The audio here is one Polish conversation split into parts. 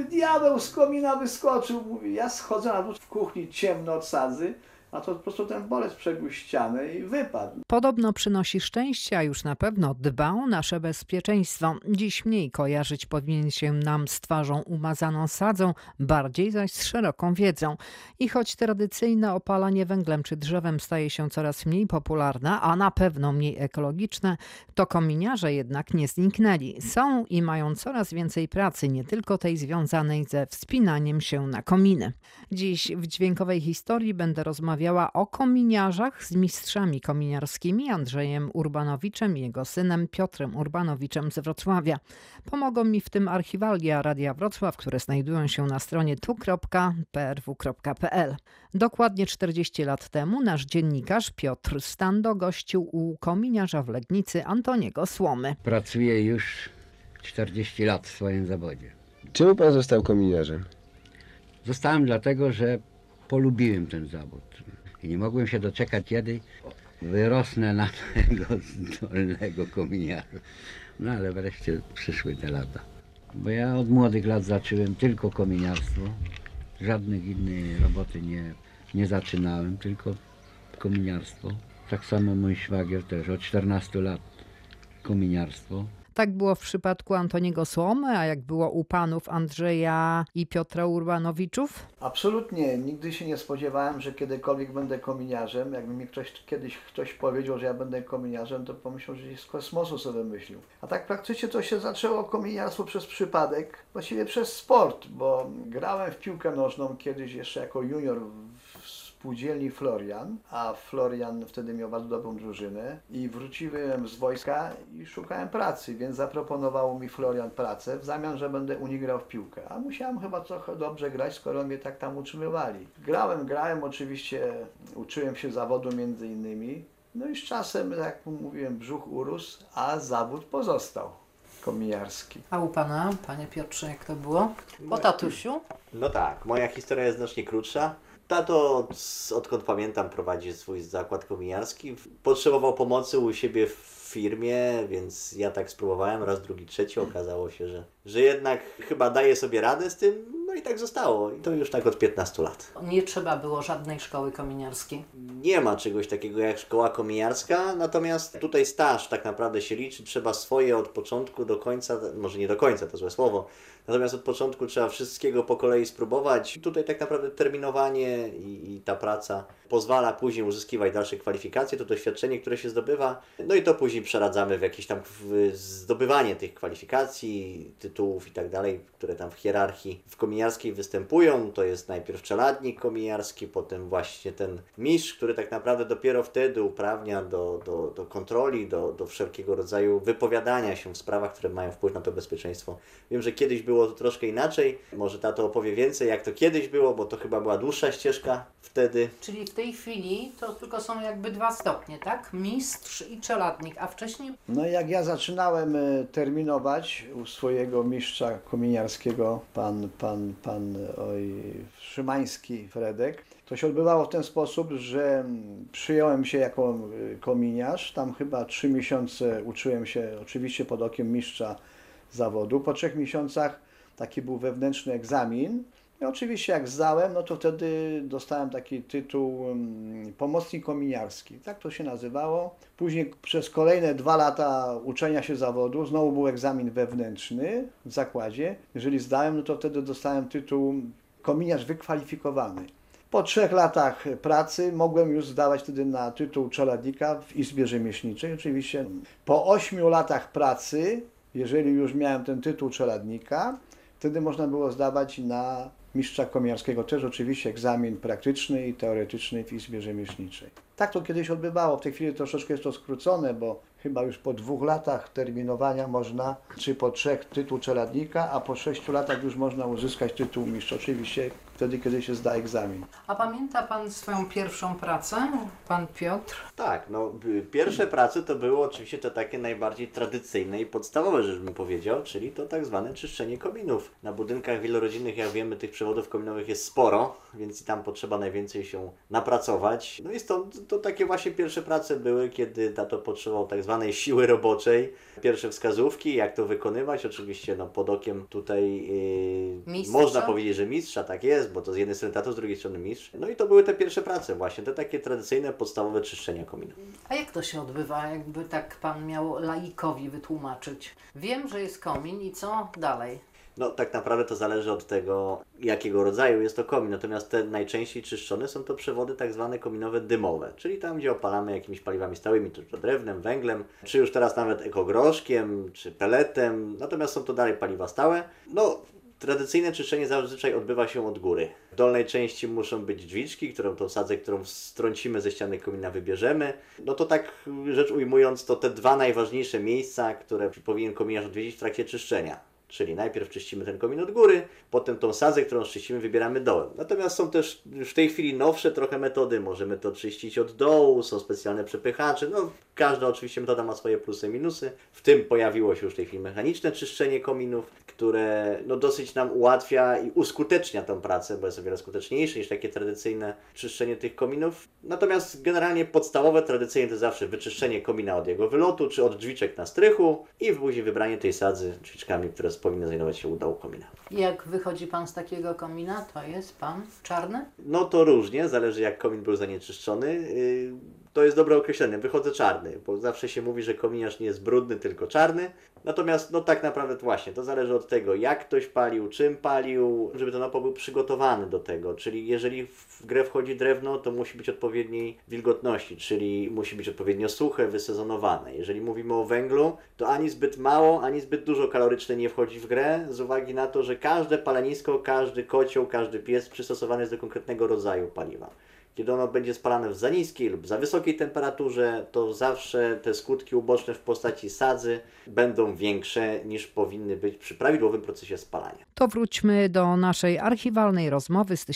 diabeł z komina wyskoczył, mówi, ja schodzę na dół w kuchni, ciemno od sadzy, a to po prostu ten bolec przebił ścianę i wypadł. Podobno przynosi szczęście, a już na pewno dba o nasze bezpieczeństwo. Dziś mniej kojarzyć powinien się nam z twarzą umazaną sadzą, bardziej zaś z szeroką wiedzą. I choć tradycyjne opalanie węglem czy drzewem staje się coraz mniej popularne, a na pewno mniej ekologiczne, to kominiarze jednak nie zniknęli. Są i mają coraz więcej pracy, nie tylko tej związanej ze wspinaniem się na kominy. Dziś w Dźwiękowej Historii będę rozmawiała o kominiarzach z mistrzami kominiarskimi Andrzejem Urbanowiczem i jego synem Piotrem Urbanowiczem z Wrocławia. Pomogą mi w tym archiwalia Radia Wrocław, które znajdują się na stronie tu.prw.pl. Dokładnie 40 lat temu nasz dziennikarz Piotr Stando gościł u kominiarza w Legnicy Antoniego Słomy. Pracuję już 40 lat w swoim zawodzie. Czemu pan został kominiarzem? Zostałem dlatego, że polubiłem ten zawód i nie mogłem się doczekać, kiedy wyrosnę na tego zdolnego kominiarza. No ale wreszcie przyszły te lata. Bo ja od młodych lat zacząłem tylko kominiarstwo. Żadnych innej roboty nie zaczynałem, tylko kominiarstwo. Tak samo mój szwagier też od 14 lat kominiarstwo. Tak było w przypadku Antoniego Słomy, a jak było u panów Andrzeja i Piotra Urbanowiczów? Absolutnie, nigdy się nie spodziewałem, że kiedykolwiek będę kominiarzem. Jakby mi kiedyś ktoś powiedział, że ja będę kominiarzem, to pomyślał, że z kosmosu sobie wymyślił. A tak praktycznie to się zaczęło kominiarstwo przez przypadek, właściwie przez sport, bo grałem w piłkę nożną kiedyś jeszcze jako junior w spółdzielni Florian, a Florian wtedy miał bardzo dobrą drużynę i wróciłem z wojska i szukałem pracy, więc zaproponował mi Florian pracę w zamian, że będę u nich grał w piłkę. A musiałem chyba trochę dobrze grać, skoro mnie tak tam utrzymywali. Grałem, oczywiście uczyłem się zawodu między innymi, no i z czasem, jak mówiłem, brzuch urósł, a zawód pozostał kominiarski. A u pana, panie Piotrze, jak to było? Po tatusiu? No tak, moja historia jest znacznie krótsza. Tato, odkąd pamiętam, prowadzi swój zakład kominiarski. Potrzebował pomocy u siebie w firmie, więc ja tak spróbowałem raz, drugi, trzeci. Okazało się, że jednak chyba daje sobie radę z tym. No i tak zostało. I to już tak od 15 lat. Nie trzeba było żadnej szkoły kominiarskiej. Nie ma czegoś takiego jak szkoła kominiarska, natomiast tutaj staż tak naprawdę się liczy. Trzeba swoje od początku do końca, może nie do końca, to złe słowo, natomiast od początku trzeba wszystkiego po kolei spróbować. Tutaj tak naprawdę terminowanie i ta praca pozwala później uzyskiwać dalsze kwalifikacje, to doświadczenie, które się zdobywa, no i to później przeradzamy w jakieś tam zdobywanie tych kwalifikacji, tytułów i tak dalej, które tam w hierarchii w kominiarskiej występują. To jest najpierw czeladnik kominiarski, potem właśnie ten mistrz, który tak naprawdę dopiero wtedy uprawnia do kontroli, do wszelkiego rodzaju wypowiadania się w sprawach, które mają wpływ na to bezpieczeństwo. Wiem, że kiedyś było to troszkę inaczej, może tato opowie więcej, jak to kiedyś było, bo to chyba była dłuższa ścieżka wtedy. Czyli w tej chwili to tylko są jakby 2 stopnie, tak? Mistrz i czeladnik, a wcześniej? No i jak ja zaczynałem terminować u swojego mistrza kominiarskiego, pan Szymański Fredek, to się odbywało w ten sposób, że przyjąłem się jako kominiarz, tam chyba 3 miesiące uczyłem się oczywiście pod okiem mistrza zawodu. Po 3 miesiącach taki był wewnętrzny egzamin. I oczywiście jak zdałem, no to wtedy dostałem taki tytuł pomocnik kominiarski. Tak to się nazywało. Później przez kolejne 2 lata uczenia się zawodu znowu był egzamin wewnętrzny w zakładzie. Jeżeli zdałem, no to wtedy dostałem tytuł kominiarz wykwalifikowany. Po 3 latach pracy mogłem już zdawać wtedy na tytuł czeladnika w Izbie Rzemieślniczej. Oczywiście po 8 latach pracy, jeżeli już miałem ten tytuł czeladnika, wtedy można było zdawać na mistrza kominiarskiego, też oczywiście egzamin praktyczny i teoretyczny w Izbie Rzemieślniczej. Tak to kiedyś odbywało, w tej chwili troszeczkę jest to skrócone, bo chyba już po 2 latach terminowania można, czy po 3 tytuł czeladnika, a po 6 latach już można uzyskać tytuł mistrza. Oczywiście wtedy, kiedy się zda egzamin. A pamięta pan swoją pierwszą pracę, pan Piotr? Tak, no pierwsze prace to było oczywiście to takie najbardziej tradycyjne i podstawowe, żebym powiedział, czyli to tak zwane czyszczenie kominów. Na budynkach wielorodzinnych, jak wiemy, tych przewodów kominowych jest sporo, więc i tam potrzeba najwięcej się napracować. No i stąd to takie właśnie pierwsze prace były, kiedy tato potrzebował tak zwanej siły roboczej. Pierwsze wskazówki, jak to wykonywać, oczywiście pod okiem tutaj można powiedzieć, że mistrza, tak jest, bo to z jednej strony tato, z drugiej strony mistrz. No i to były te pierwsze prace właśnie, te takie tradycyjne, podstawowe czyszczenia komina. A jak to się odbywa, jakby tak pan miał laikowi wytłumaczyć? Wiem, że jest komin i co dalej? No tak naprawdę to zależy od tego, jakiego rodzaju jest to komin, natomiast te najczęściej czyszczone są to przewody tak zwane kominowe dymowe, czyli tam, gdzie opalamy jakimiś paliwami stałymi, czy to drewnem, węglem, czy już teraz nawet ekogroszkiem, czy peletem, natomiast są to dalej paliwa stałe. No, tradycyjne czyszczenie zazwyczaj odbywa się od góry. W dolnej części muszą być drzwiczki, tą sadzę, którą strącimy ze ściany komina, wybierzemy. No to tak rzecz ujmując, to te dwa najważniejsze miejsca, które powinien kominiarz odwiedzić w trakcie czyszczenia. Czyli najpierw czyścimy ten komin od góry, potem tą sadzę, którą czyścimy, wybieramy dołem. Natomiast są też w tej chwili nowsze trochę metody. Możemy to czyścić od dołu, są specjalne przepychacze. No, każda oczywiście metoda ma swoje plusy i minusy. W tym pojawiło się już w tej chwili mechaniczne czyszczenie kominów, które dosyć nam ułatwia i uskutecznia tę pracę, bo jest o wiele skuteczniejsze niż takie tradycyjne czyszczenie tych kominów. Natomiast generalnie podstawowe, tradycyjnie to zawsze wyczyszczenie komina od jego wylotu, czy od drzwiczek na strychu i później wybranie tej sadzy drzwiczkami, które powinny znajdować się u dołu komina. Jak wychodzi pan z takiego komina, to jest pan czarny? No to różnie, zależy jak komin był zanieczyszczony. To jest dobre określenie, wychodzę czarny, bo zawsze się mówi, że kominiarz nie jest brudny, tylko czarny. Natomiast tak naprawdę właśnie, to zależy od tego, jak ktoś palił, czym palił, żeby ten opał był przygotowany do tego. Czyli jeżeli w grę wchodzi drewno, to musi być odpowiedniej wilgotności, czyli musi być odpowiednio suche, wysezonowane. Jeżeli mówimy o węglu, to ani zbyt mało, ani zbyt dużo kaloryczne nie wchodzi w grę, z uwagi na to, że każde palenisko, każdy kocioł, każdy piec przystosowany jest do konkretnego rodzaju paliwa. Kiedy ono będzie spalane w za niskiej lub za wysokiej temperaturze, to zawsze te skutki uboczne w postaci sadzy będą większe niż powinny być przy prawidłowym procesie spalania. To wróćmy do naszej archiwalnej rozmowy z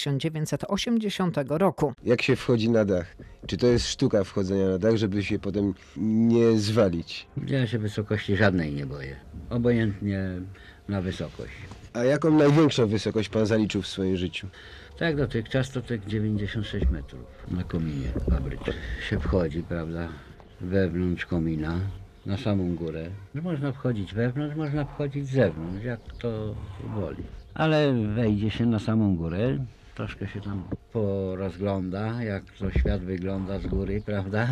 1980 roku. Jak się wchodzi na dach? Czy to jest sztuka wchodzenia na dach, żeby się potem nie zwalić? Ja się wysokości żadnej nie boję. Obojętnie na wysokość. A jaką największą wysokość pan zaliczył w swoim życiu? Tak dotychczas to tych 96 metrów na kominie fabrycznym się wchodzi, prawda, wewnątrz komina, na samą górę. Można wchodzić wewnątrz, można wchodzić z zewnątrz, jak to woli. Ale wejdzie się na samą górę, troszkę się tam porozgląda, jak to świat wygląda z góry, prawda?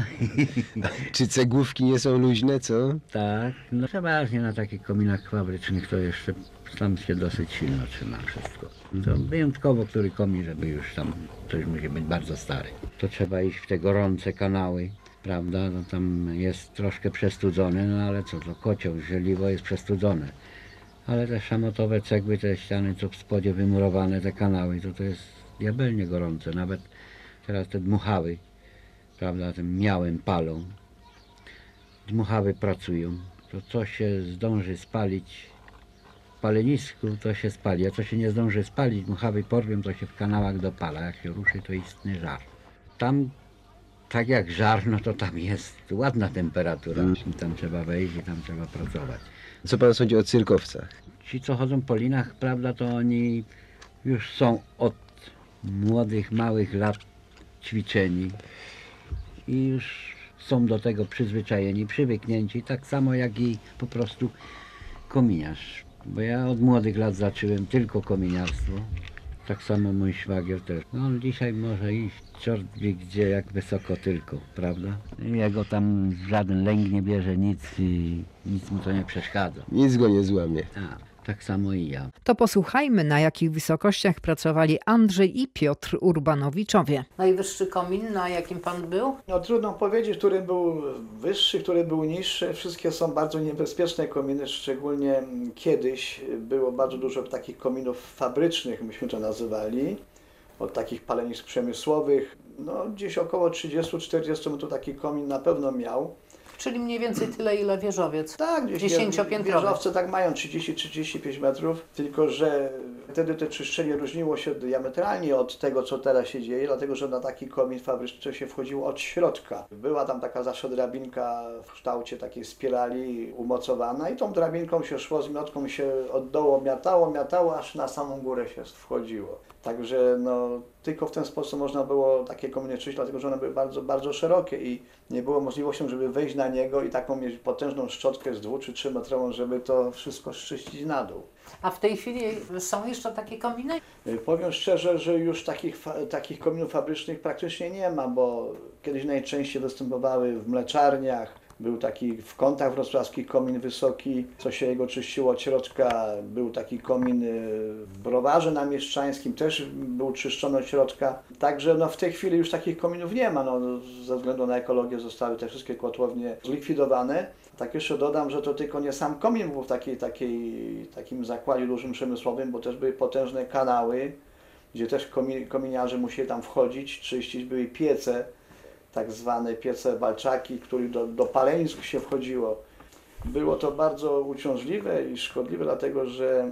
Czy cegłówki nie są luźne, co? Tak, no przeważnie na takich kominach fabrycznych to jeszcze tam się dosyć silno trzyma wszystko. To wyjątkowo który komin, żeby już tam, to już musi być bardzo stary. To trzeba iść w te gorące kanały, prawda, no tam jest troszkę przestudzone, no ale co to, kocioł, żeliwo jest przestudzone. Ale te szamotowe cegły, te ściany, co w spodzie wymurowane, te kanały, to jest diabelnie gorące. Nawet teraz te dmuchawy, prawda, tym miałem palą. Dmuchawy pracują. To co się zdąży spalić w palenisku, to się spali. A co się nie zdąży spalić, dmuchawy porwią, to się w kanałach dopala. Jak się ruszy, to istny żar. Tam, tak jak żar, no to tam jest ładna temperatura. I tam trzeba wejść i tam trzeba pracować. Co pan sądzi o cyrkowcach? Ci, co chodzą po linach, prawda, to oni już są od młodych, małych lat ćwiczeni i już są do tego przyzwyczajeni, przywyknięci, tak samo jak i po prostu kominiarz. Bo ja od młodych lat zacząłem tylko kominiarstwo, tak samo mój szwagier też. No on dzisiaj może iść czort wie gdzie, jak wysoko tylko, prawda? Jego tam żaden lęk nie bierze, nic mu to nie przeszkadza. Nic go nie złamie. Tak samo i ja. To posłuchajmy, na jakich wysokościach pracowali Andrzej i Piotr Urbanowiczowie. Najwyższy komin, na jakim pan był? No trudno powiedzieć, który był wyższy, który był niższy. Wszystkie są bardzo niebezpieczne kominy, szczególnie kiedyś było bardzo dużo takich kominów fabrycznych, myśmy to nazywali, od takich palenisk przemysłowych. No gdzieś około 30-40 to taki komin na pewno miał. Czyli mniej więcej tyle, ile wieżowiec. Tak, gdzieś 10-piętrowy. wieżowce tak mają 30-35 metrów, tylko że wtedy to czyszczenie różniło się diametralnie od tego, co teraz się dzieje, dlatego że na taki komin fabryczny się wchodziło od środka. Była tam taka zawsze drabinka w kształcie takiej spirali umocowana i tą drabinką się szło, z miotką się od dołu miatało, aż na samą górę się wchodziło. Także no, tylko w ten sposób można było takie kominy czyścić, dlatego że one były bardzo, bardzo szerokie i nie było możliwości, żeby wejść na niego i taką mieć potężną szczotkę z 2 czy 3 metrową, żeby to wszystko szczyścić na dół. A w tej chwili są jeszcze takie kominy? Powiem szczerze, że już takich kominów fabrycznych praktycznie nie ma, bo kiedyś najczęściej występowały w mleczarniach. Był taki w kątach wrocławskich komin wysoki, co się jego czyściło od środka. Był taki komin w browarze namieszczańskim, też był czyszczony od środka. Także no, w tej chwili już takich kominów nie ma. No, ze względu na ekologię zostały te wszystkie kotłownie zlikwidowane. Tak jeszcze dodam, że to tylko nie sam komin był w takim zakładzie dużym przemysłowym, bo też były potężne kanały, gdzie też kominiarze musieli tam wchodzić, czyścić, były piece, tak zwane piece walczaki, których do palenisk się wchodziło. Było to bardzo uciążliwe i szkodliwe, dlatego że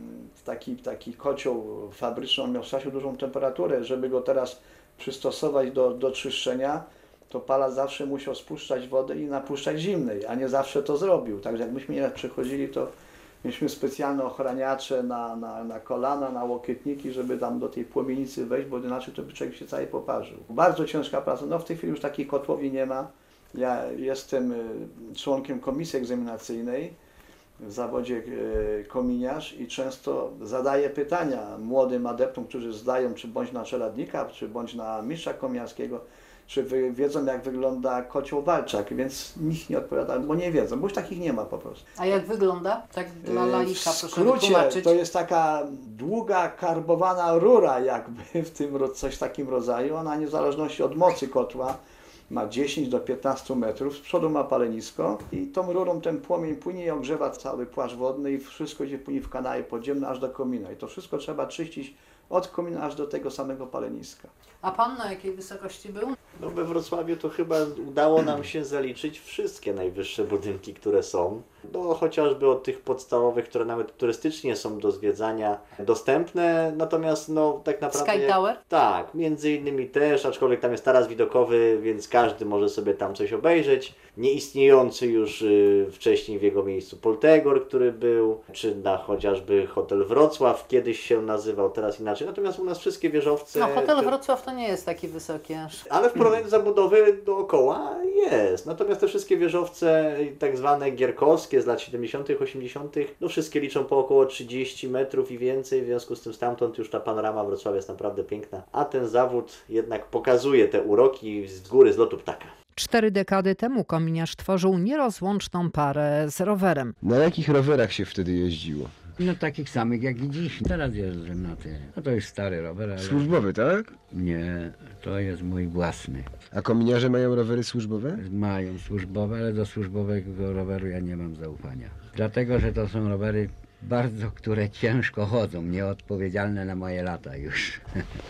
taki kocioł fabryczny miał strasznie dużą temperaturę. Żeby go teraz przystosować do czyszczenia, to palacz zawsze musiał spuszczać wodę i napuszczać zimnej, a nie zawsze to zrobił. Także jak myśmy nieraz przychodzili, to mieliśmy specjalne ochraniacze na kolana, na łokietniki, żeby tam do tej płomienicy wejść, bo inaczej to by człowiek się cały poparzył. Bardzo ciężka praca. No w tej chwili już takiej kotłowni nie ma. Ja jestem członkiem komisji egzaminacyjnej w zawodzie kominiarz i często zadaję pytania młodym adeptom, którzy zdają czy bądź na czeladnika, czy bądź na mistrza kominiarskiego, czy wiedzą, jak wygląda kocioł walczak, więc nikt nie odpowiada, bo nie wiedzą, bo już takich nie ma po prostu. A jak wygląda? Tak dla laika, W proszę skrócie wytłumaczyć. to jest taka długa, karbowana rura jakby w tym coś w takim rodzaju. Ona w zależności od mocy kotła ma 10 do 15 metrów, z przodu ma palenisko i tą rurą ten płomień płynie i ogrzewa cały płaszcz wodny i wszystko idzie płynie w kanały podziemne aż do komina. I to wszystko trzeba czyścić od komina aż do tego samego paleniska. A pan na jakiej wysokości był? No we Wrocławiu to chyba udało nam się zaliczyć wszystkie najwyższe budynki, które są. No chociażby od tych podstawowych, które nawet turystycznie są do zwiedzania dostępne, natomiast no tak naprawdę... Sky Tower? Tak, między innymi też, aczkolwiek tam jest taras widokowy, więc każdy może sobie tam coś obejrzeć. Nieistniejący już wcześniej w jego miejscu Poltegor, który był, czy na chociażby Hotel Wrocław kiedyś się nazywał, teraz inaczej. Natomiast u nas wszystkie wieżowce... No Hotel Wrocław to nie jest taki wysoki aż. Ale w porównaniu do zabudowy dookoła jest. Natomiast te wszystkie wieżowce tak zwane gierkowskie z lat 70., 80., no wszystkie liczą po około 30 metrów i więcej, w związku z tym stamtąd już ta panorama Wrocławia jest naprawdę piękna. A ten zawód jednak pokazuje te uroki z góry, z lotu ptaka. 4 dekady temu kominiarz tworzył nierozłączną parę z rowerem. Na jakich rowerach się wtedy jeździło? No takich samych jak i dziś. Teraz jeżdżę na te. No to jest stary rower, ale... Służbowy, tak? Nie, to jest mój własny. A kominiarze mają rowery służbowe? Mają służbowe, ale do służbowego roweru ja nie mam zaufania. Dlatego, że to są rowery bardzo, które ciężko chodzą, nieodpowiedzialne na moje lata już.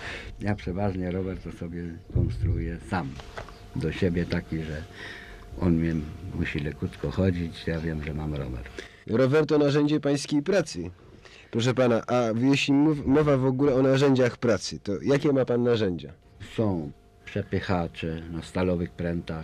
Ja przeważnie rower to sobie konstruuję sam. Do siebie taki, że on mnie musi lekutko chodzić, ja wiem, że mam rower. Rower to narzędzie pańskiej pracy. Proszę pana, a jeśli mowa w ogóle o narzędziach pracy, to jakie ma pan narzędzia? Są przepychacze na stalowych prętach,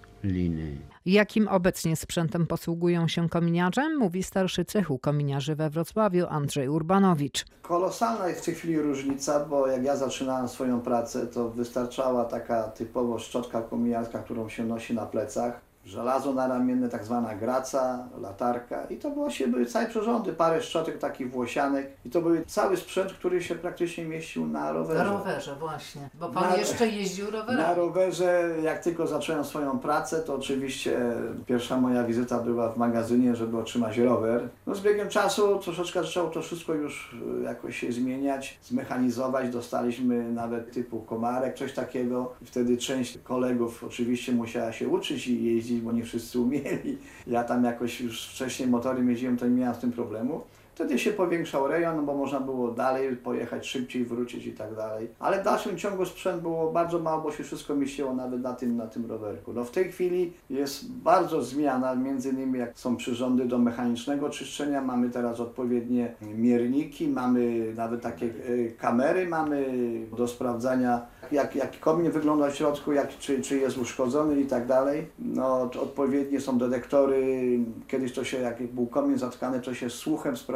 liny. Jakim obecnie sprzętem posługują się kominiarze? Mówi starszy cechu kominiarzy we Wrocławiu Andrzej Urbanowicz. Kolosalna jest w tej chwili różnica, bo jak ja zaczynałem swoją pracę, to wystarczała taka typowo szczotka kominiarska, którą się nosi na plecach. Żelazo naramienne, tak zwana graca, latarka i to właśnie były całe przyrządy, parę szczotek takich włosianek i to był cały sprzęt, który się praktycznie mieścił na rowerze. Na rowerze właśnie, bo pan jeszcze jeździł rowerem. Na rowerze, jak tylko zacząłem swoją pracę, to oczywiście pierwsza moja wizyta była w magazynie, żeby otrzymać rower. No z biegiem czasu troszeczkę zaczęło to wszystko już jakoś się zmieniać, zmechanizować, dostaliśmy nawet typu komarek, coś takiego. Wtedy część kolegów oczywiście musiała się uczyć i jeździć, bo nie wszyscy umieli. Ja tam jakoś już wcześniej motorem jeździłem, to nie miałem z tym problemu. Wtedy się powiększał rejon, bo można było dalej pojechać, szybciej wrócić i tak dalej. Ale w dalszym ciągu sprzęt było bardzo mało, bo się wszystko mieściło nawet na tym rowerku. No w tej chwili jest bardzo zmiana, między innymi jak są przyrządy do mechanicznego czyszczenia, mamy teraz odpowiednie mierniki, mamy nawet takie kamery, mamy do sprawdzania jak komin wygląda w środku, czy jest uszkodzony i tak dalej. No odpowiednie są detektory, kiedyś to się, jak był komin zatkany, to się słuchem sprawdzało,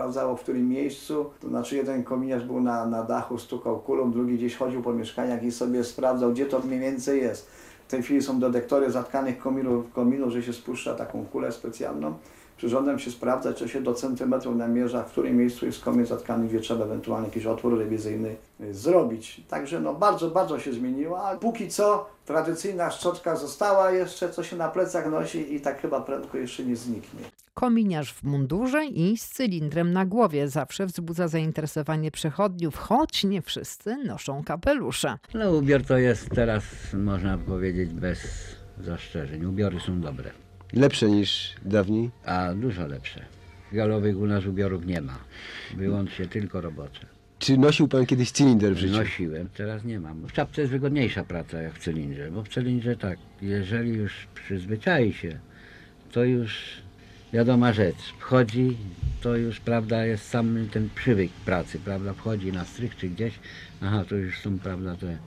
sprawdzało w którym miejscu. To znaczy jeden kominiarz był na dachu, stukał kulą, drugi gdzieś chodził po mieszkaniach i sobie sprawdzał, gdzie to mniej więcej jest. W tej chwili są detektory zatkanych kominu, że się spuszcza taką kulę specjalną. Przyrządem się sprawdza, czy się do centymetrów namierza, w którym miejscu jest komin zatkany, gdzie trzeba ewentualnie jakiś otwór rewizyjny zrobić. Także no bardzo, bardzo się zmieniło, ale póki co tradycyjna szczotka została jeszcze, co się na plecach nosi i tak chyba prędko jeszcze nie zniknie. Kominiarz w mundurze i z cylindrem na głowie zawsze wzbudza zainteresowanie przechodniów, choć nie wszyscy noszą kapelusze. No ubiór to jest teraz, można powiedzieć, bez zastrzeżeń. Ubiory są dobre, Lepsze niż dawniej? a dużo lepsze. Galowych u nas ubiorów nie ma, wyłącznie tylko robocze. Czy nosił pan kiedyś cylinder w życiu? Nosiłem, teraz nie mam. W czapce jest wygodniejsza praca jak w cylindrze, bo w cylindrze tak, jeżeli już przyzwyczai się, to już wiadoma rzecz, wchodzi, to już, prawda, jest sam ten przywyk pracy, prawda, wchodzi na strych czy gdzieś, aha, to już są, prawda, te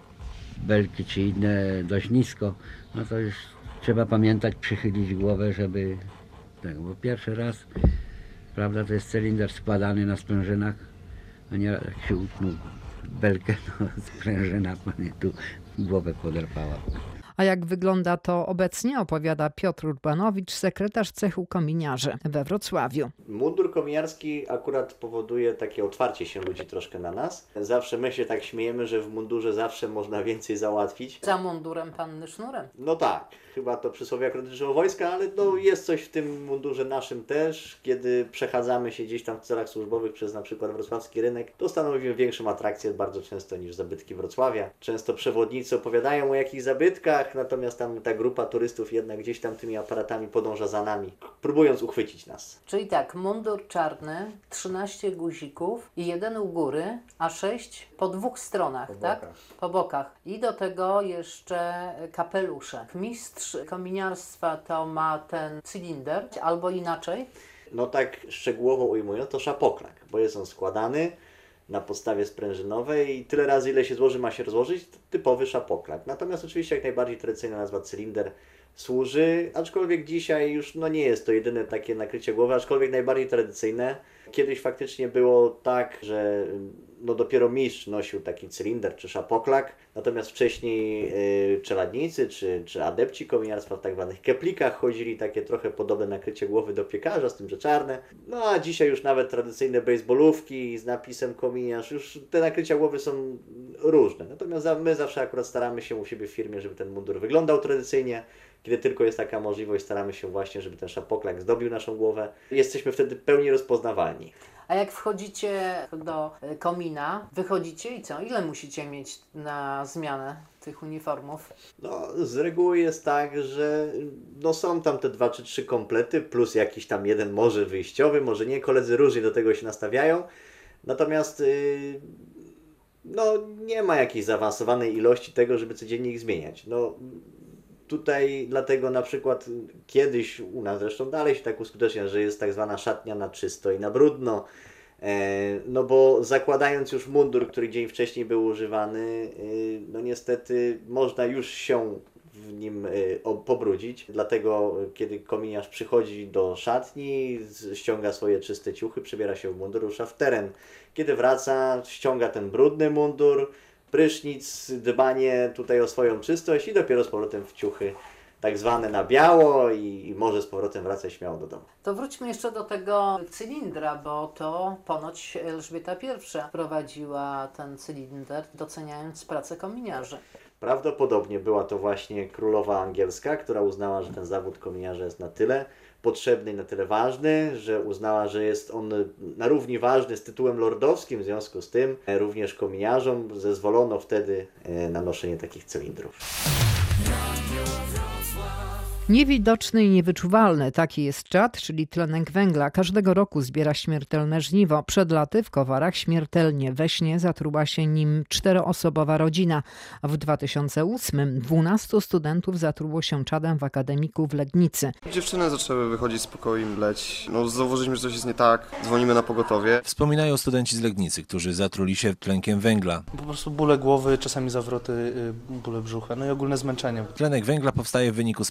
belki czy inne dość nisko, no to już trzeba pamiętać, przychylić głowę, żeby, tak, bo pierwszy raz, prawda, to jest cylinder składany na sprężynach, a nie jak się utnął belkę, no sprężyna mnie tu głowę poderpała. A jak wygląda to obecnie, opowiada Piotr Urbanowicz, sekretarz cechu kominiarzy we Wrocławiu. Mundur kominiarski akurat powoduje takie otwarcie się ludzi troszkę na nas. Zawsze my się tak śmiejemy, że w mundurze zawsze można więcej załatwić. Za mundurem panny sznurem. No tak, chyba to przysłowie akurat dotyczyło wojska, ale no jest coś w tym mundurze naszym też. Kiedy przechadzamy się gdzieś tam w celach służbowych przez na przykład wrocławski rynek, to stanowimy większą atrakcję bardzo często niż zabytki Wrocławia. Często przewodnicy opowiadają o jakichś zabytkach, natomiast tam ta grupa turystów jednak gdzieś tam tymi aparatami podąża za nami, próbując uchwycić nas. Czyli tak, mundur czarny, 13 guzików i 1 u góry, a 6 po 2 stronach, Po tak? bokach. Po bokach. I do tego jeszcze kapelusze. Mistrz kominiarstwa to ma ten cylinder, albo inaczej. No tak szczegółowo ujmując, to szapoklak, bo jest on składany na podstawie sprężynowej i tyle razy, ile się złoży, ma się rozłożyć, to typowy szapoklak. Natomiast oczywiście jak najbardziej tradycyjna nazwa cylinder służy, aczkolwiek dzisiaj już no nie jest to jedyne takie nakrycie głowy, aczkolwiek najbardziej tradycyjne. Kiedyś faktycznie było tak, że no dopiero mistrz nosił taki cylinder czy szapoklak, natomiast wcześniej czeladnicy czy adepci kominiarstwa w tak zwanych keplikach chodzili, takie trochę podobne nakrycie głowy do piekarza, z tym, że czarne. No a dzisiaj już nawet tradycyjne baseballówki z napisem kominiarz, już te nakrycia głowy są różne. Natomiast my zawsze akurat staramy się u siebie w firmie, żeby ten mundur wyglądał tradycyjnie. Kiedy tylko jest taka możliwość, staramy się właśnie, żeby ten szapoklak zdobił naszą głowę. Jesteśmy wtedy pełni rozpoznawalni. A jak wchodzicie do komina, wychodzicie i co? Ile musicie mieć na zmianę tych uniformów? No, z reguły jest tak, że no, są tam te 2 czy 3 komplety, plus jakiś tam jeden może wyjściowy, może nie. Koledzy różnie do tego się nastawiają. Natomiast no, nie ma jakiejś zaawansowanej ilości tego, żeby codziennie ich zmieniać. No, tutaj dlatego na przykład kiedyś u nas zresztą dalej się tak uskutecznia, że jest tak zwana szatnia na czysto i na brudno. No bo zakładając już mundur, który dzień wcześniej był używany, no niestety można już się w nim pobrudzić. Dlatego kiedy kominiarz przychodzi do szatni, ściąga swoje czyste ciuchy, przebiera się w mundur, rusza w teren. Kiedy wraca, ściąga ten brudny mundur, prysznic, dbanie tutaj o swoją czystość i dopiero z powrotem w ciuchy tak zwane na biało i może z powrotem wracać śmiało do domu. To wróćmy jeszcze do tego cylindra, bo to ponoć Elżbieta I prowadziła ten cylinder, doceniając pracę kominiarzy. Prawdopodobnie była to właśnie królowa angielska, która uznała, że ten zawód kominiarza jest na tyle potrzebny i na tyle ważny, że uznała, że jest on na równi ważny z tytułem lordowskim, w związku z tym również kominiarzom zezwolono wtedy na noszenie takich cylindrów. Niewidoczny i niewyczuwalny, taki jest czad, czyli tlenek węgla. Każdego roku zbiera śmiertelne żniwo. Przed laty w Kowarach śmiertelnie we śnie zatruła się nim 4-osobowa rodzina. W 2008 12 studentów zatruło się czadem w akademiku w Legnicy. Dziewczyny zaczęły wychodzić z pokoju i mleć. No, zauważyliśmy, że coś jest nie tak. Dzwonimy na pogotowie. Wspominają studenci z Legnicy, którzy zatruli się tlenkiem węgla. Po prostu bóle głowy, czasami zawroty, bóle brzucha, no i ogólne zmęczenie. Tlenek węgla powstaje w wyniku spalania.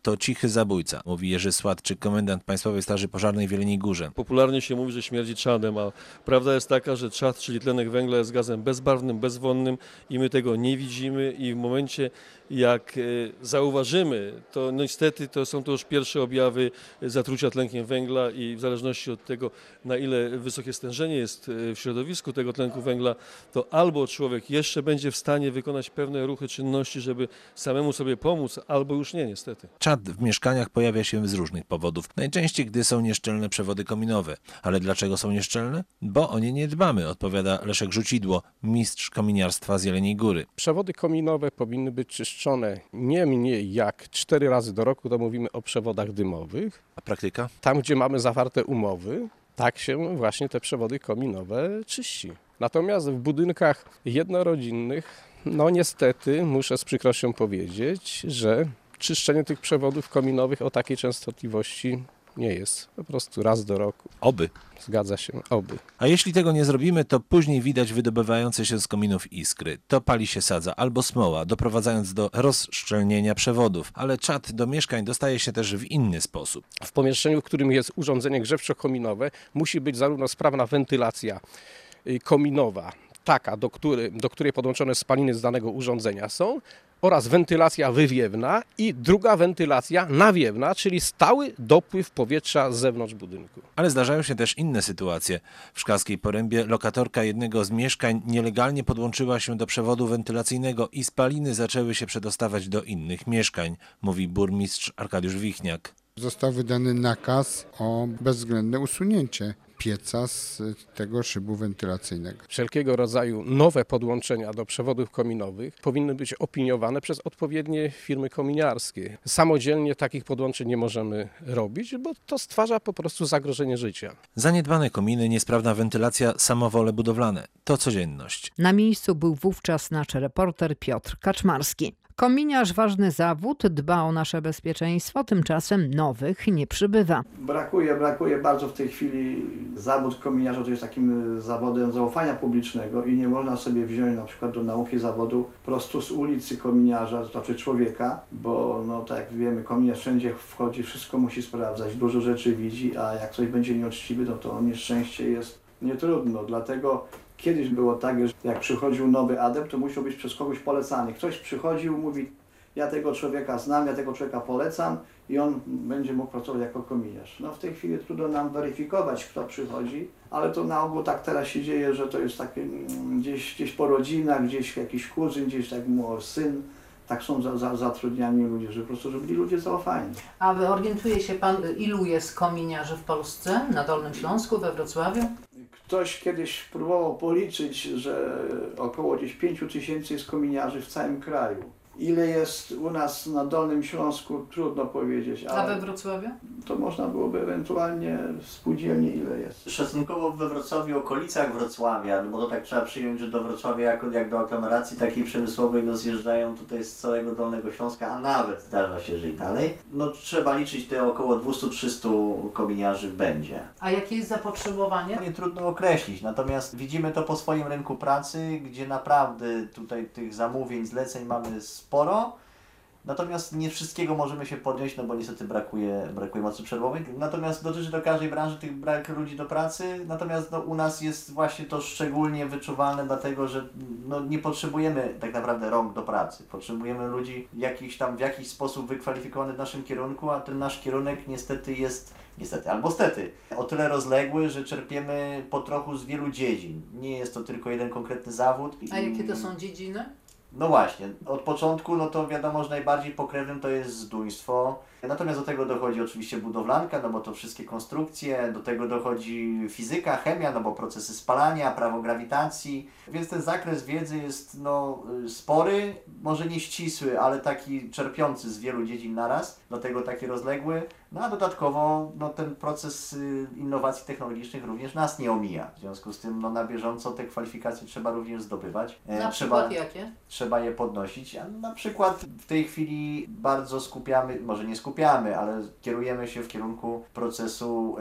to cichy zabójca, mówi Jerzy Sładczyk, komendant Państwowej Straży Pożarnej w Jeleniej Górze. Popularnie się mówi, że śmierdzi trzadem, a prawda jest taka, że trzad, czyli tlenek węgla, jest gazem bezbarwnym, bezwonnym i my tego nie widzimy i w momencie jak zauważymy, to niestety to są to już pierwsze objawy zatrucia tlenkiem węgla i w zależności od tego, na ile wysokie stężenie jest w środowisku tego tlenku węgla, to albo człowiek jeszcze będzie w stanie wykonać pewne ruchy, czynności, żeby samemu sobie pomóc, albo już nie, niestety. Czad w mieszkaniach pojawia się z różnych powodów. Najczęściej, gdy są nieszczelne przewody kominowe. Ale dlaczego są nieszczelne? Bo o nie nie dbamy, odpowiada Leszek Rzucidło, mistrz kominiarstwa z Jeleniej Góry. Przewody kominowe powinny być czyszczone nie mniej jak 4 razy do roku, to mówimy o przewodach dymowych. A praktyka? Tam, gdzie mamy zawarte umowy, tak się właśnie te przewody kominowe czyści. Natomiast w budynkach jednorodzinnych, no niestety, muszę z przykrością powiedzieć, że czyszczenie tych przewodów kominowych o takiej częstotliwości nie jest. Po prostu raz do roku. Oby. Zgadza się, oby. A jeśli tego nie zrobimy, to później widać wydobywające się z kominów iskry. To pali się sadza albo smoła, doprowadzając do rozszczelnienia przewodów. Ale czad do mieszkań dostaje się też w inny sposób. W pomieszczeniu, w którym jest urządzenie grzewczo-kominowe, musi być zarówno sprawna wentylacja kominowa, taka, do której podłączone spaliny z danego urządzenia są, oraz wentylacja wywiewna i druga wentylacja nawiewna, czyli stały dopływ powietrza z zewnątrz budynku. Ale zdarzają się też inne sytuacje. W Szklarskiej Porębie lokatorka jednego z mieszkań nielegalnie podłączyła się do przewodu wentylacyjnego i spaliny zaczęły się przedostawać do innych mieszkań, mówi burmistrz Arkadiusz Wichniak. Został wydany nakaz o bezwzględne usunięcie pieca z tego szybu wentylacyjnego. Wszelkiego rodzaju nowe podłączenia do przewodów kominowych powinny być opiniowane przez odpowiednie firmy kominiarskie. Samodzielnie takich podłączeń nie możemy robić, bo to stwarza po prostu zagrożenie życia. Zaniedbane kominy, niesprawna wentylacja, samowole budowlane. To codzienność. Na miejscu był wówczas nasz reporter Piotr Kaczmarski. Kominiarz, ważny zawód, dba o nasze bezpieczeństwo, tymczasem nowych nie przybywa. Brakuje bardzo w tej chwili. Zawód kominiarza to jest takim zawodem zaufania publicznego i nie można sobie wziąć na przykład do nauki zawodu prosto z ulicy kominiarza, to znaczy człowieka, bo no tak jak wiemy, kominiarz wszędzie wchodzi, wszystko musi sprawdzać, dużo rzeczy widzi, a jak ktoś będzie nieuczciwy, no to nieszczęście jest nietrudno, dlatego kiedyś było tak, że jak przychodził nowy adept, to musiał być przez kogoś polecany. Ktoś przychodził, mówi, ja tego człowieka znam, ja tego człowieka polecam i on będzie mógł pracować jako kominiarz. No w tej chwili trudno nam weryfikować, kto przychodzi, ale to na ogół tak teraz się dzieje, że to jest takie gdzieś po rodzinach, gdzieś jakiś kuzyn, gdzieś tak syn. Tak są zatrudniani ludzie, żeby po prostu żeby byli ludzie zaufani. A orientuje się pan, ilu jest kominiarzy w Polsce, na Dolnym Śląsku, we Wrocławiu? Ktoś kiedyś próbował policzyć, że około gdzieś 5 000 jest kominiarzy w całym kraju. Ile jest u nas na Dolnym Śląsku, trudno powiedzieć. Ale a we Wrocławiu? To można byłoby ewentualnie w spółdzielni ile jest. Szacunkowo we Wrocławiu, okolicach Wrocławia, no bo to tak trzeba przyjąć, że do Wrocławia jak do aglomeracji takiej przemysłowej no zjeżdżają tutaj z całego Dolnego Śląska, a nawet zdarza się, że i dalej. No trzeba liczyć te około 200-300 kominiarzy będzie. A jakie jest zapotrzebowanie? Nie trudno określić, natomiast widzimy to po swoim rynku pracy, gdzie naprawdę tutaj tych zamówień, zleceń mamy sporo. Natomiast nie wszystkiego możemy się podjąć, no bo niestety brakuje mocy przerwowych. Natomiast dotyczy to każdej branży tych brak ludzi do pracy. Natomiast no, u nas jest właśnie to szczególnie wyczuwalne, dlatego że no, nie potrzebujemy tak naprawdę rąk do pracy. Potrzebujemy ludzi w jakiś sposób wykwalifikowanych w naszym kierunku, a ten nasz kierunek niestety jest albo stety, o tyle rozległy, że czerpiemy po trochu z wielu dziedzin. Nie jest to tylko jeden konkretny zawód. A jakie to są dziedziny? No właśnie, od początku no to wiadomo, że najbardziej pokrewnym to jest zduństwo. Natomiast do tego dochodzi oczywiście budowlanka, no bo to wszystkie konstrukcje, do tego dochodzi fizyka, chemia, no bo procesy spalania, prawo grawitacji. Więc ten zakres wiedzy jest no spory, może nie ścisły, ale taki czerpiący z wielu dziedzin naraz, dlatego taki rozległy. No a dodatkowo no, ten proces innowacji technologicznych również nas nie omija. W związku z tym no, na bieżąco te kwalifikacje trzeba również zdobywać. Na przykład jakie? Trzeba je podnosić. A na przykład w tej chwili bardzo może nie skupiamy, ale kierujemy się w kierunku procesu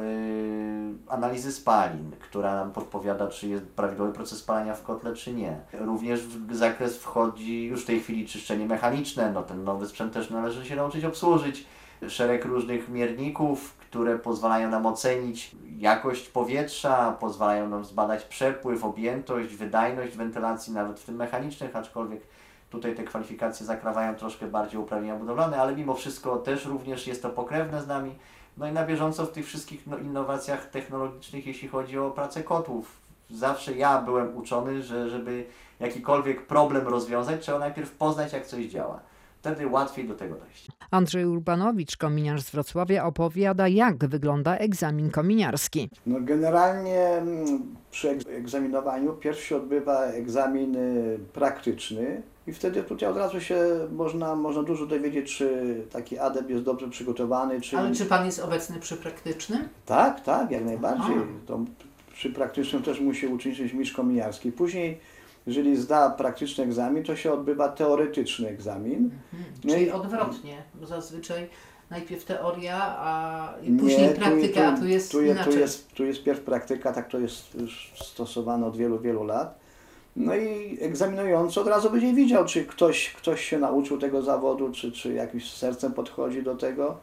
analizy spalin, która nam podpowiada, czy jest prawidłowy proces spalania w kotle, czy nie. Również w zakres wchodzi już w tej chwili czyszczenie mechaniczne, no ten nowy sprzęt też należy się nauczyć obsłużyć. szereg różnych mierników, które pozwalają nam ocenić jakość powietrza, pozwalają nam zbadać przepływ, objętość, wydajność wentylacji, nawet w tym mechanicznych, aczkolwiek tutaj te kwalifikacje zakrawają troszkę bardziej uprawnienia budowlane, ale mimo wszystko też również jest to pokrewne z nami. No i na bieżąco w tych wszystkich innowacjach technologicznych, jeśli chodzi o pracę kotłów. Zawsze ja byłem uczony, że żeby jakikolwiek problem rozwiązać, trzeba najpierw poznać, jak coś działa. Wtedy łatwiej do tego dojść. Andrzej Urbanowicz, kominiarz z Wrocławia, opowiada, jak wygląda egzamin kominiarski. No generalnie przy egzaminowaniu pierw się odbywa egzamin praktyczny i wtedy tutaj od razu się można dużo dowiedzieć, czy taki adept jest dobrze przygotowany. Ale czy pan jest obecny przy praktycznym? Tak, jak najbardziej. To przy praktycznym też musi uczestniczyć mistrz kominiarski. Później, jeżeli zda praktyczny egzamin, to się odbywa teoretyczny egzamin. Czyli odwrotnie, bo zazwyczaj najpierw teoria, a później praktyka, a tu jest inaczej. Tu jest pierw praktyka, tak to jest już stosowane od wielu, wielu lat. No i egzaminujący od razu będzie widział, czy ktoś się nauczył tego zawodu, czy jakimś sercem podchodzi do tego.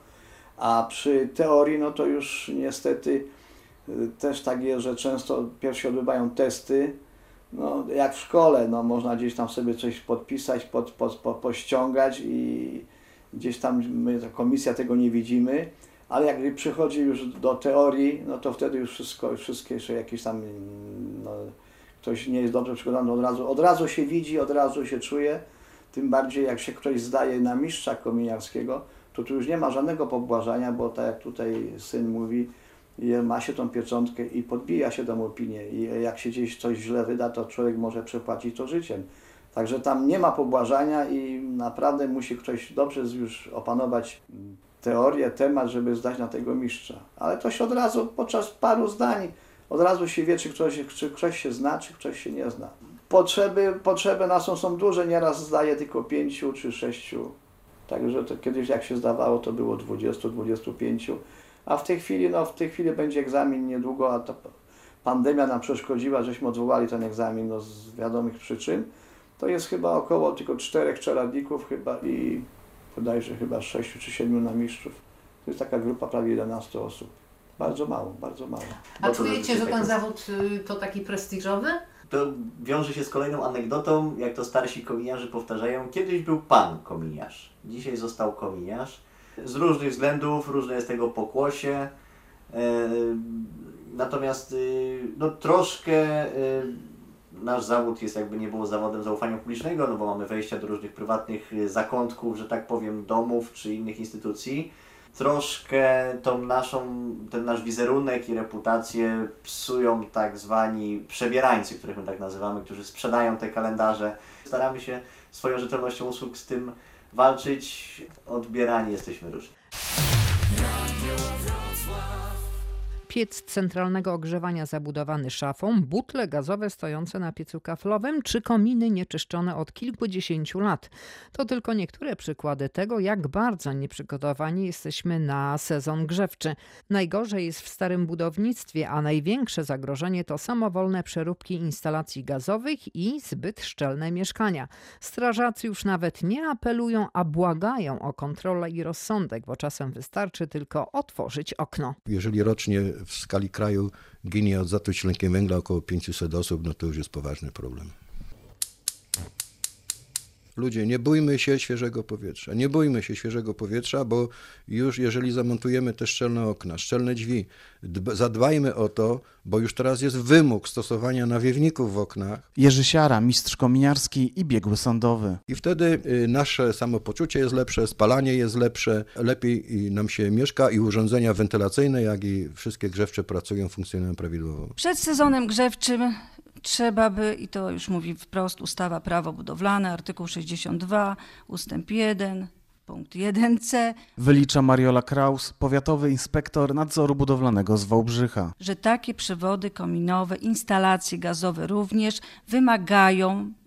A przy teorii, no to już niestety też tak jest, że często pierw się odbywają testy. No, jak w szkole, no, można gdzieś tam sobie coś podpisać, pościągać i gdzieś tam my, komisja tego nie widzimy, ale jak przychodzi już do teorii, no to wtedy już wszystkie jeszcze jakieś tam, no, ktoś nie jest dobrze przygotowany, od razu się widzi, od razu się czuje, tym bardziej jak się ktoś zdaje na mistrza kominiarskiego, to tu już nie ma żadnego pobłażania, bo tak jak tutaj syn mówi, ma się tą pieczątkę i podbija się tą opinię i jak się gdzieś coś źle wyda, to człowiek może przepłacić to życiem. Także tam nie ma pobłażania i naprawdę musi ktoś dobrze już opanować teorię, temat, żeby zdać na tego mistrza. Ale to się od razu, podczas paru zdań, od razu się wie, czy ktoś się zna, czy ktoś się nie zna. Potrzeby nas są duże, nieraz zdaje tylko 5 czy 6. Także to kiedyś jak się zdawało, to było 20-25. A w tej chwili będzie egzamin niedługo, a ta pandemia nam przeszkodziła, żeśmy odwołali ten egzamin z wiadomych przyczyn. To jest chyba około tylko 4 czeladników chyba i bodajże chyba 6 czy 7 na mistrzów. To jest taka grupa prawie 11 osób. Bardzo mało, bardzo mało. A czujecie, że ten zawód to taki prestiżowy? To wiąże się z kolejną anegdotą, jak to starsi kominiarze powtarzają. Kiedyś był pan kominiarz, dzisiaj został kominiarz. Z różnych względów, różne jest tego pokłosie. Natomiast no, troszkę nasz zawód jest, jakby nie było, zawodem zaufania publicznego, no bo mamy wejścia do różnych prywatnych zakątków, że tak powiem, domów czy innych instytucji. Troszkę ten nasz wizerunek i reputację psują tak zwani przebierańcy, których my tak nazywamy, którzy sprzedają te kalendarze. Staramy się swoją rzetelnością usług z tym walczyć, odbierani jesteśmy różni. Piec centralnego ogrzewania zabudowany szafą, butle gazowe stojące na piecu kaflowym czy kominy nieczyszczone od kilkudziesięciu lat. To tylko niektóre przykłady tego, jak bardzo nieprzygotowani jesteśmy na sezon grzewczy. Najgorzej jest w starym budownictwie, a największe zagrożenie to samowolne przeróbki instalacji gazowych i zbyt szczelne mieszkania. Strażacy już nawet nie apelują, a błagają o kontrolę i rozsądek, bo czasem wystarczy tylko otworzyć okno. Jeżeli rocznie w skali kraju ginie od zatruć tlenkiem węgla około 500 osób, no to już jest poważny problem. Ludzie, nie bójmy się świeżego powietrza. Nie bójmy się świeżego powietrza, bo już jeżeli zamontujemy te szczelne okna, szczelne drzwi, zadbajmy o to, bo już teraz jest wymóg stosowania nawiewników w oknach. Jerzy Siara, mistrz kominiarski i biegły sądowy. I wtedy nasze samopoczucie jest lepsze, spalanie jest lepsze, lepiej nam się mieszka i urządzenia wentylacyjne, jak i wszystkie grzewcze pracują, funkcjonują prawidłowo. Przed sezonem grzewczym trzeba by, i to już mówi wprost ustawa Prawo budowlane, artykuł 62, ustęp 1, punkt 1c. Wylicza Mariola Kraus, powiatowy inspektor nadzoru budowlanego z Wałbrzycha. Że takie przewody kominowe, instalacje gazowe również wymagają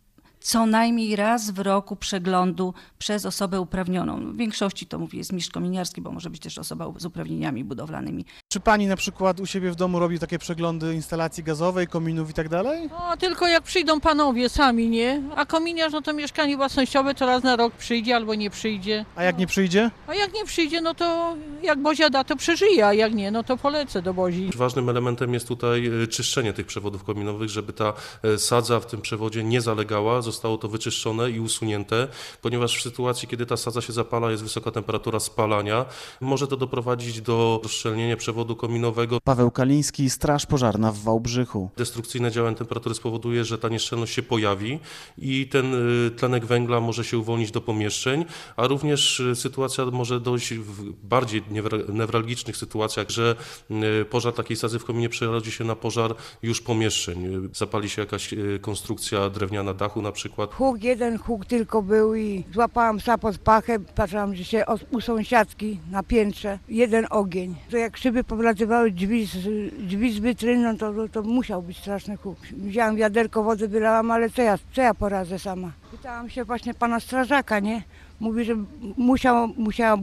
co najmniej raz w roku przeglądu przez osobę uprawnioną. W większości to mówię jest mistrz kominiarski, bo może być też osoba z uprawnieniami budowlanymi. Czy pani na przykład u siebie w domu robi takie przeglądy instalacji gazowej, kominów i tak dalej? O, tylko jak przyjdą panowie sami, nie? A kominiarz, no to mieszkanie własnościowe to raz na rok przyjdzie albo nie przyjdzie. A jak nie przyjdzie? A jak nie przyjdzie, no to jak Bozia da, to przeżyje, a jak nie, no to polecę do Bozi. Ważnym elementem jest tutaj czyszczenie tych przewodów kominowych, żeby ta sadza w tym przewodzie nie zalegała, zostało to wyczyszczone i usunięte, ponieważ w sytuacji, kiedy ta sadza się zapala, jest wysoka temperatura spalania, może to doprowadzić do rozszczelnienia przewodu kominowego. Paweł Kaliński, Straż Pożarna w Wałbrzychu. Destrukcyjne działanie temperatury spowoduje, że ta nieszczelność się pojawi i ten tlenek węgla może się uwolnić do pomieszczeń, a również sytuacja może dojść w bardziej newralgicznych sytuacjach, że pożar takiej sadzy w kominie przerodzi się na pożar już pomieszczeń. Zapali się jakaś konstrukcja drewniana dachu na przykład. Jeden huk tylko był i złapałam psa pod pachę, patrzyłam, że się u sąsiadki na piętrze, jeden ogień. To jak szyby powlatywały drzwi z wytryną, to musiał być straszny huk. Wzięłam wiaderko, wody wylałam, ale co ja poradzę sama. Pytałam się właśnie pana strażaka, nie? Mówi, że musiała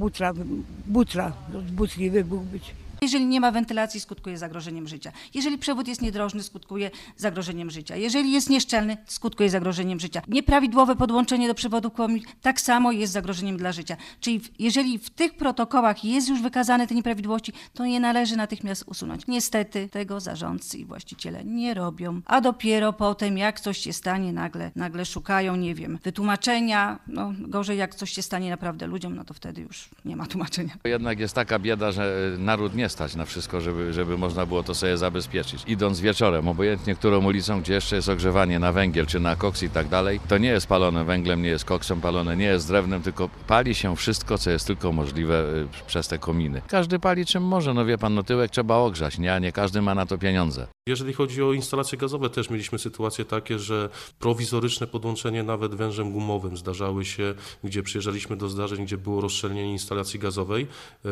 butra z butli wybuch być. Jeżeli nie ma wentylacji, skutkuje zagrożeniem życia. Jeżeli przewód jest niedrożny, skutkuje zagrożeniem życia. Jeżeli jest nieszczelny, skutkuje zagrożeniem życia. Nieprawidłowe podłączenie do przewodu komin tak samo jest zagrożeniem dla życia. Czyli jeżeli w tych protokołach jest już wykazane te nieprawidłowości, to je należy natychmiast usunąć. Niestety tego zarządcy i właściciele nie robią, a dopiero potem jak coś się stanie, nagle szukają, nie wiem, wytłumaczenia. No gorzej jak coś się stanie naprawdę ludziom, no to wtedy już nie ma tłumaczenia. Jednak jest taka bieda, że naród nie stać na wszystko, żeby można było to sobie zabezpieczyć. Idąc wieczorem, obojętnie którą ulicą, gdzie jeszcze jest ogrzewanie na węgiel czy na koks i tak dalej, to nie jest palone węglem, nie jest koksem palone, nie jest drewnem, tylko pali się wszystko, co jest tylko możliwe przez te kominy. Każdy pali czym może, no wie pan, no tyłek trzeba ogrzać, nie? A nie każdy ma na to pieniądze. Jeżeli chodzi o instalacje gazowe, też mieliśmy sytuacje takie, że prowizoryczne podłączenie nawet wężem gumowym zdarzały się, gdzie przyjeżdżaliśmy do zdarzeń, gdzie było rozszczelnienie instalacji gazowej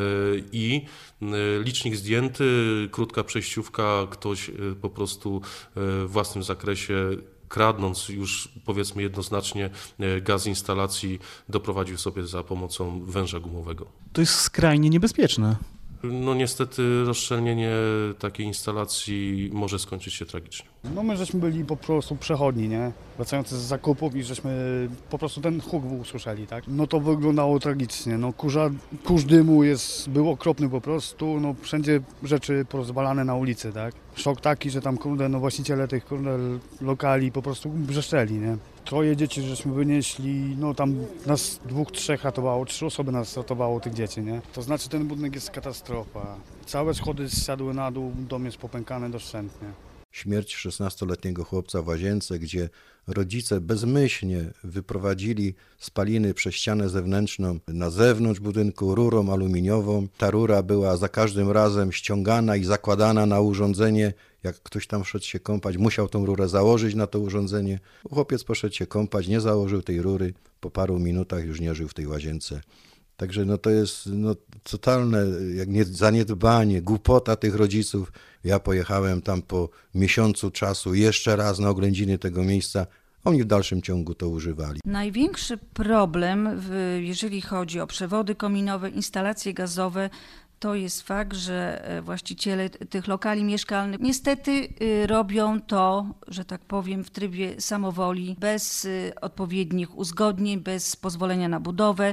i licznik zdjęty, krótka przejściówka, ktoś po prostu w własnym zakresie, kradnąc już powiedzmy jednoznacznie gaz z instalacji, doprowadził sobie za pomocą węża gumowego. To jest skrajnie niebezpieczne. No niestety rozszczelnienie takiej instalacji może skończyć się tragicznie. No my żeśmy byli po prostu przechodni, nie? Wracający z zakupów i żeśmy po prostu ten huk usłyszeli, tak? No to wyglądało tragicznie, no kurz dymu był okropny po prostu, no wszędzie rzeczy porozwalane na ulicy, tak? Szok taki, że tam no właściciele tych lokali po prostu wrzeszczeli, nie? 3 dzieci żeśmy wynieśli, no tam nas 2, 3 ratowało, 3 osoby nas ratowało tych dzieci, nie? To znaczy ten budynek jest katastrofa. Całe schody zsiadły na dół, dom jest popękany doszczętnie. Śmierć 16-letniego chłopca w Łazience, gdzie rodzice bezmyślnie wyprowadzili spaliny przez ścianę zewnętrzną na zewnątrz budynku rurą aluminiową. Ta rura była za każdym razem ściągana i zakładana na urządzenie. Jak ktoś tam szedł się kąpać, musiał tą rurę założyć na to urządzenie. Chłopiec poszedł się kąpać, nie założył tej rury. Po paru minutach już nie żył w tej łazience. Także no to jest totalne zaniedbanie, głupota tych rodziców. Ja pojechałem tam po miesiącu czasu jeszcze raz na oględziny tego miejsca. Oni w dalszym ciągu to używali. Największy problem, jeżeli chodzi o przewody kominowe, instalacje gazowe, to jest fakt, że właściciele tych lokali mieszkalnych niestety robią to, że tak powiem, w trybie samowoli, bez odpowiednich uzgodnień, bez pozwolenia na budowę,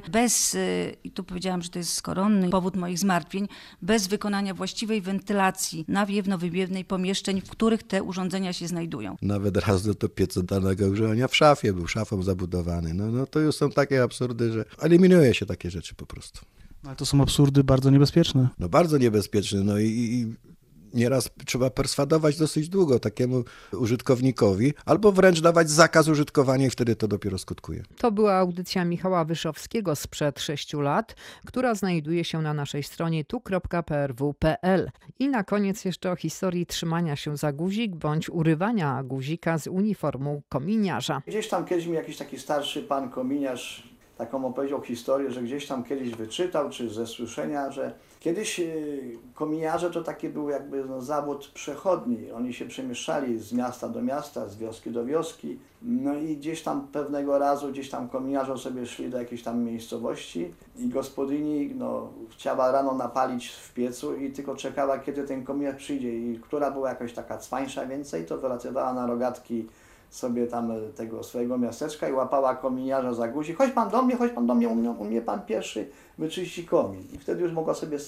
i tu powiedziałam, że to jest koronny powód moich zmartwień, bez wykonania właściwej wentylacji nawiewno-wybiewnej pomieszczeń, w których te urządzenia się znajdują. Nawet raz do to pieca danego używania w szafie, był szafą zabudowany. No to już są takie absurdy, że eliminuje się takie rzeczy po prostu. Ale to są absurdy bardzo niebezpieczne. No bardzo niebezpieczne. No i nieraz trzeba perswadować dosyć długo takiemu użytkownikowi, albo wręcz dawać zakaz użytkowania i wtedy to dopiero skutkuje. To była audycja Michała Wyszowskiego sprzed 6 lat, która znajduje się na naszej stronie tu.prw.pl. I na koniec jeszcze o historii trzymania się za guzik bądź urywania guzika z uniformu kominiarza. Gdzieś tam kiedyś mi jakiś taki starszy pan kominiarz taką opowiedział historię, że gdzieś tam kiedyś wyczytał, czy ze słyszenia, że kiedyś kominiarze to taki był jakby zawód przechodni. Oni się przemieszczali z miasta do miasta, z wioski do wioski. No i gdzieś tam pewnego razu, gdzieś tam kominiarze sobie szli do jakiejś tam miejscowości i gospodyni chciała rano napalić w piecu i tylko czekała, kiedy ten kominiarz przyjdzie. I która była jakaś taka cwańsza więcej, to wylatywała na rogatki sobie tam tego swojego miasteczka i łapała kominiarza za guzik. Chodź pan do mnie, u mnie pan pierwszy wyczyści komin. I wtedy już mogła sobie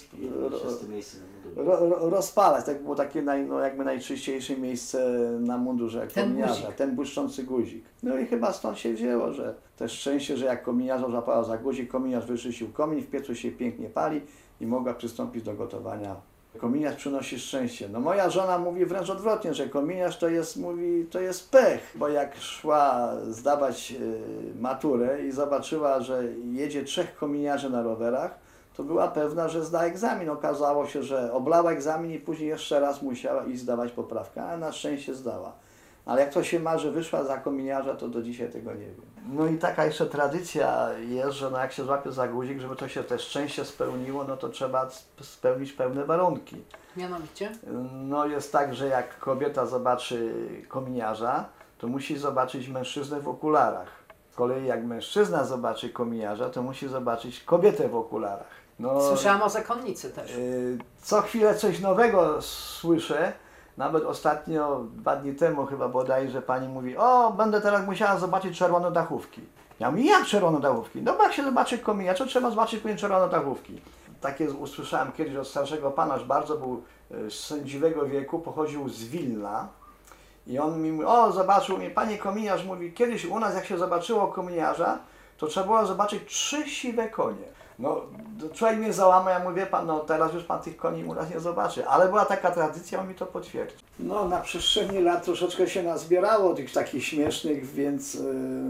rozpalać. Tak było takie jakby najczyściejsze miejsce na mundurze kominiarza, ten błyszczący guzik. No i chyba stąd się wzięło, że też szczęście, że jak kominiarza złapała za guzik, kominiarz wyczyścił komin, w piecu się pięknie pali i mogła przystąpić do gotowania. Kominiarz przynosi szczęście. No moja żona mówi wręcz odwrotnie, że kominiarz to jest pech, bo jak szła zdawać maturę i zobaczyła, że jedzie 3 kominiarzy na rowerach, to była pewna, że zda egzamin. Okazało się, że oblała egzamin i później jeszcze raz musiała iść zdawać poprawkę, ale na szczęście zdała. Ale jak to się ma, że wyszła za kominiarza, to do dzisiaj tego nie wiem. No i taka jeszcze tradycja jest, że jak się złapie za guzik, żeby to się też szczęście spełniło, no to trzeba spełnić pewne warunki. Mianowicie? No jest tak, że jak kobieta zobaczy kominiarza, to musi zobaczyć mężczyznę w okularach. Z kolei jak mężczyzna zobaczy kominiarza, to musi zobaczyć kobietę w okularach. No, słyszałam o zakonnicy też. Co chwilę coś nowego słyszę. Nawet ostatnio, 2 dni temu chyba bodajże pani mówi, będę teraz musiała zobaczyć czerwone dachówki. Ja mówię, jak czerwone dachówki? No bo jak się zobaczy kominiarza, to trzeba zobaczyć czerwone dachówki. Takie usłyszałem kiedyś od starszego pana, że bardzo był sędziwego wieku, pochodził z Wilna. I on mi mówi, zobaczył mnie, panie kominiarz, mówi, kiedyś u nas jak się zobaczyło kominiarza, to trzeba było zobaczyć 3 siwe konie. No, człowiek mnie załamał, ja mówię, pan, teraz już pan tych koni u nas nie zobaczy, ale była taka tradycja, on mi to potwierdzi. No, na przestrzeni lat troszeczkę się nazbierało tych takich śmiesznych, więc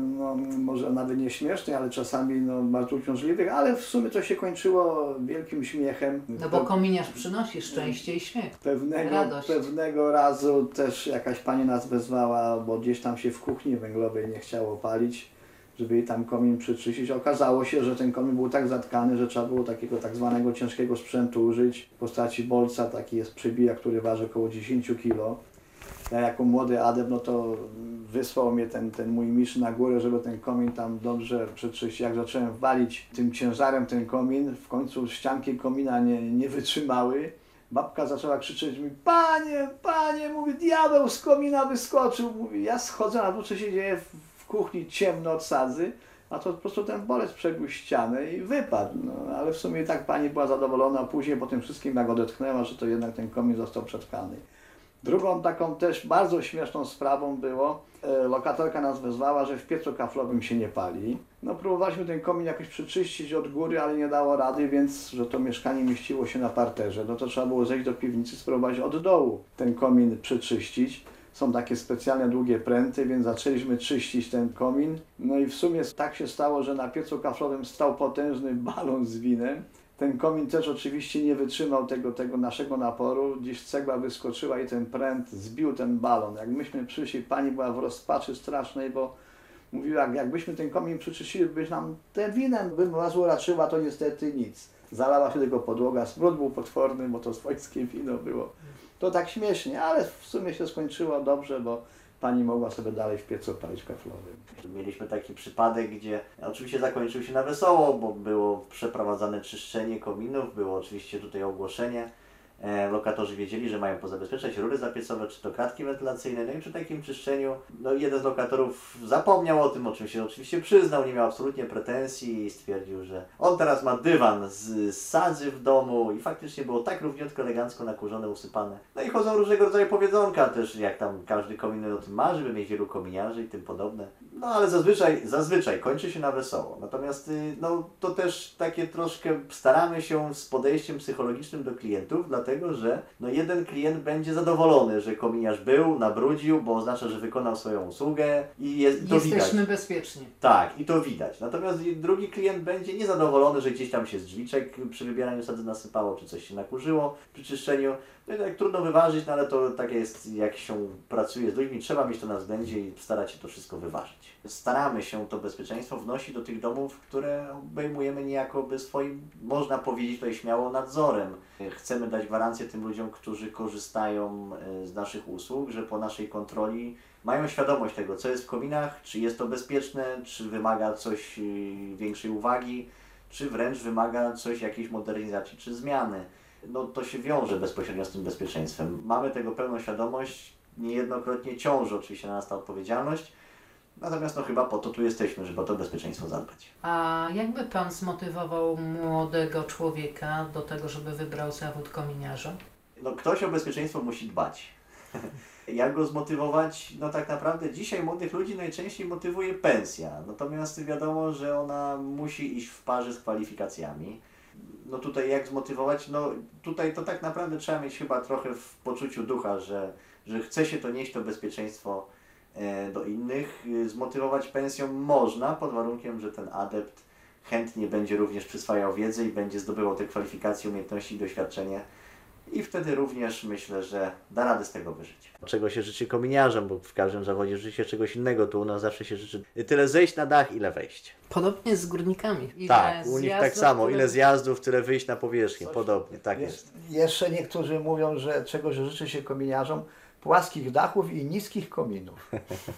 może nawet nie śmiesznych, ale czasami bardzo uciążliwych, ale w sumie to się kończyło wielkim śmiechem. No bo kominiarz przynosi szczęście i śmiech, radość. Pewnego razu też jakaś pani nas wezwała, bo gdzieś tam się w kuchni węglowej nie chciało palić, żeby jej tam komin przyczyścić. Okazało się, że ten komin był tak zatkany, że trzeba było takiego tak zwanego ciężkiego sprzętu użyć w postaci bolca, taki jest przybija, który waży około 10 kg. Ja jako młody adept, to wysłał mnie ten mój mistrz na górę, żeby ten komin tam dobrze przyczyścić. Jak zacząłem walić tym ciężarem ten komin, w końcu ścianki komina nie wytrzymały. Babka zaczęła krzyczeć mi, panie, mówi, diabeł z komina wyskoczył. Mówi, ja schodzę na dół, co się dzieje w kuchni, ciemno od sadzy, a to po prostu ten bolec przebił ścianę i wypadł. Ale w sumie tak pani była zadowolona, później po tym wszystkim jak odetchnęła, że to jednak ten komin został przetkany. Drugą taką też bardzo śmieszną sprawą było, lokatorka nas wezwała, że w piecu kaflowym się nie pali. Próbowaliśmy ten komin jakoś przyczyścić od góry, ale nie dało rady, więc że to mieszkanie mieściło się na parterze. To trzeba było zejść do piwnicy, spróbować od dołu ten komin przyczyścić. Są takie specjalne długie pręty, więc zaczęliśmy czyścić ten komin. No i w sumie tak się stało, że na piecu kaflowym stał potężny balon z winem. Ten komin też oczywiście nie wytrzymał tego naszego naporu. Gdzieś cegła wyskoczyła i ten pręt zbił ten balon. Jak myśmy przyszli, pani była w rozpaczy strasznej, bo mówiła, jakbyśmy ten komin przyczyścili, byś nam ten winem bym was uraczyła, to niestety nic. Zalała się tego podłoga, smród był potworny, bo to swojskie wino było. To tak śmiesznie, ale w sumie się skończyło dobrze, bo pani mogła sobie dalej w piecu palić kaflowym. Mieliśmy taki przypadek, gdzie oczywiście zakończył się na wesoło, bo było przeprowadzane czyszczenie kominów, było oczywiście tutaj ogłoszenie. Lokatorzy wiedzieli, że mają pozabezpieczać rury zapiecowe, czy to kratki wentylacyjne. No i przy takim czyszczeniu jeden z lokatorów zapomniał o tym, o czym się oczywiście przyznał, nie miał absolutnie pretensji i stwierdził, że on teraz ma dywan z sadzy w domu i faktycznie było tak równiutko, elegancko nakurzone, usypane. No i chodzą różnego rodzaju powiedzonka też, jak tam każdy komin o tym ma, żeby mieć wielu kominiarzy i tym podobne. No ale zazwyczaj kończy się na wesoło. Natomiast to też takie troszkę staramy się z podejściem psychologicznym do klientów, dlatego dlatego, że jeden klient będzie zadowolony, że kominiarz był, nabrudził, bo oznacza, że wykonał swoją usługę i to widać. Jesteśmy bezpieczni. Tak, i to widać. Natomiast drugi klient będzie niezadowolony, że gdzieś tam się z drzwiczek przy wybieraniu sadzy nasypało, czy coś się nakurzyło przy czyszczeniu. No i tak trudno wyważyć, ale to tak jest, jak się pracuje z ludźmi, trzeba mieć to na względzie i starać się to wszystko wyważyć. Staramy się to bezpieczeństwo wnosić do tych domów, które obejmujemy niejako swoim, można powiedzieć tutaj śmiało, nadzorem. Chcemy dać gwarancję tym ludziom, którzy korzystają z naszych usług, że po naszej kontroli mają świadomość tego, co jest w kominach, czy jest to bezpieczne, czy wymaga coś większej uwagi, czy wręcz wymaga coś jakiejś modernizacji czy zmiany. To się wiąże bezpośrednio z tym bezpieczeństwem. Mamy tego pełną świadomość, niejednokrotnie ciąży oczywiście na nas ta odpowiedzialność, natomiast chyba po to tu jesteśmy, żeby o to bezpieczeństwo zadbać. A jakby Pan zmotywował młodego człowieka do tego, żeby wybrał zawód kominiarza? Ktoś o bezpieczeństwo musi dbać. Jak go zmotywować? Tak naprawdę dzisiaj młodych ludzi najczęściej motywuje pensja, natomiast wiadomo, że ona musi iść w parze z kwalifikacjami. Tutaj jak zmotywować? Tutaj to tak naprawdę trzeba mieć chyba trochę w poczuciu ducha, że chce się to nieść to bezpieczeństwo do innych. Zmotywować pensją można, pod warunkiem, że ten adept chętnie będzie również przyswajał wiedzę i będzie zdobywał te kwalifikacje, umiejętności i doświadczenie. I wtedy również myślę, że da radę z tego wyżyć. Czego się życzy kominiarzom, bo w każdym zawodzie życzy się czegoś innego. Tu u nas zawsze się życzy tyle zejść na dach, ile wejść. Podobnie z górnikami. Tak, u nich tak samo. Ile zjazdów, tyle wyjść na powierzchnię. Podobnie, tak jest. Jeszcze niektórzy mówią, że czegoś życzy się kominiarzom: płaskich dachów i niskich kominów.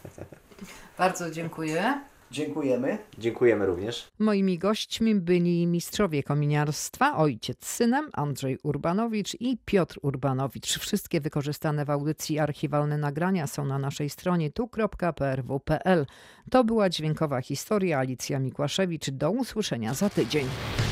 Bardzo dziękuję. Dziękujemy. Dziękujemy również. Moimi gośćmi byli mistrzowie kominiarstwa, ojciec z synem, Andrzej Urbanowicz i Piotr Urbanowicz. Wszystkie wykorzystane w audycji archiwalne nagrania są na naszej stronie tu.prw.pl. To była Dźwiękowa Historia. Alicja Mikłaszewicz. Do usłyszenia za tydzień.